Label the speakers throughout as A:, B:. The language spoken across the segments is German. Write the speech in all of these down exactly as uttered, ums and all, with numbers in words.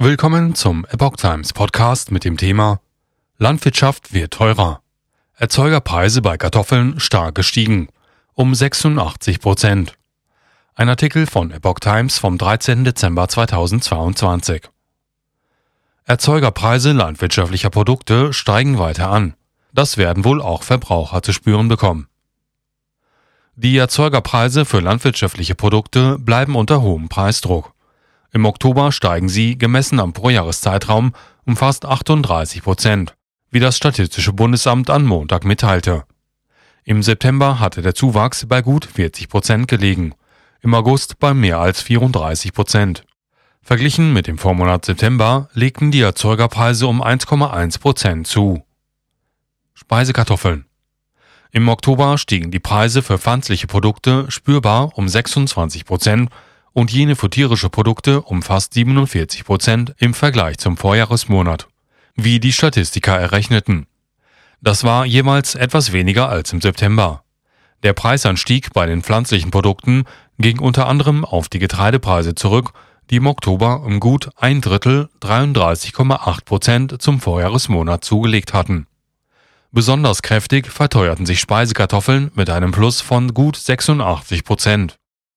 A: Willkommen zum Epoch Times Podcast mit dem Thema Landwirtschaft wird teurer. Erzeugerpreise bei Kartoffeln stark gestiegen, um sechsundachtzig Prozent. Ein Artikel von Epoch Times vom dreizehnten Dezember zweitausendzweiundzwanzig. Erzeugerpreise landwirtschaftlicher Produkte steigen weiter an. Das werden wohl auch Verbraucher zu spüren bekommen. Die Erzeugerpreise für landwirtschaftliche Produkte bleiben unter hohem Preisdruck. Im Oktober steigen sie, gemessen am Vorjahreszeitraum, um fast achtunddreißig Prozent, wie das Statistische Bundesamt am Montag mitteilte. Im September hatte der Zuwachs bei gut vierzig Prozent gelegen, im August bei mehr als vierunddreißig Prozent. Verglichen mit dem Vormonat September legten die Erzeugerpreise um eins Komma eins Prozent zu. Speisekartoffeln. Im Oktober stiegen die Preise für pflanzliche Produkte spürbar um sechsundzwanzig Prozent und jene für tierische Produkte um fast siebenundvierzig Prozent im Vergleich zum Vorjahresmonat, wie die Statistiker errechneten. Das war jeweils etwas weniger als im September. Der Preisanstieg bei den pflanzlichen Produkten ging unter anderem auf die Getreidepreise zurück, die im Oktober um gut ein Drittel, dreiunddreißig Komma acht Prozent zum Vorjahresmonat zugelegt hatten. Besonders kräftig verteuerten sich Speisekartoffeln mit einem Plus von gut sechsundachtzig Prozent.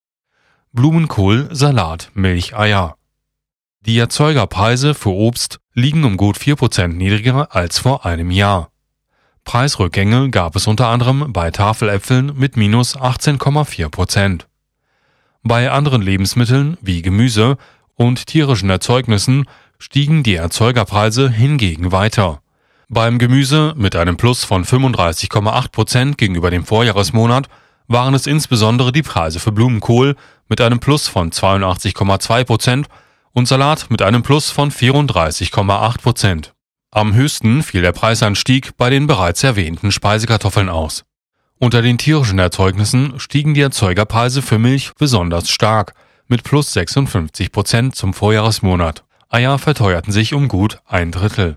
A: Blumenkohl, Salat, Milch, Eier. Die Erzeugerpreise für Obst liegen um gut vier Prozent niedriger als vor einem Jahr. Preisrückgänge gab es unter anderem bei Tafeläpfeln mit minus achtzehn Komma vier Prozent. Bei anderen Lebensmitteln wie Gemüse und tierischen Erzeugnissen stiegen die Erzeugerpreise hingegen weiter. Beim Gemüse mit einem Plus von fünfunddreißig Komma acht Prozent gegenüber dem Vorjahresmonat waren es insbesondere die Preise für Blumenkohl mit einem Plus von zweiundachtzig Komma zwei Prozent und Salat mit einem Plus von vierunddreißig Komma acht Prozent. Am höchsten fiel der Preisanstieg bei den bereits erwähnten Speisekartoffeln aus. Unter den tierischen Erzeugnissen stiegen die Erzeugerpreise für Milch besonders stark, mit plus sechsundfünfzig Prozent zum Vorjahresmonat. Eier verteuerten sich um gut ein Drittel.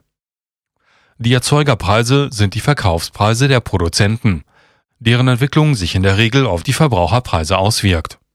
A: Die Erzeugerpreise sind die Verkaufspreise der Produzenten, deren Entwicklung sich in der Regel auf die Verbraucherpreise auswirkt.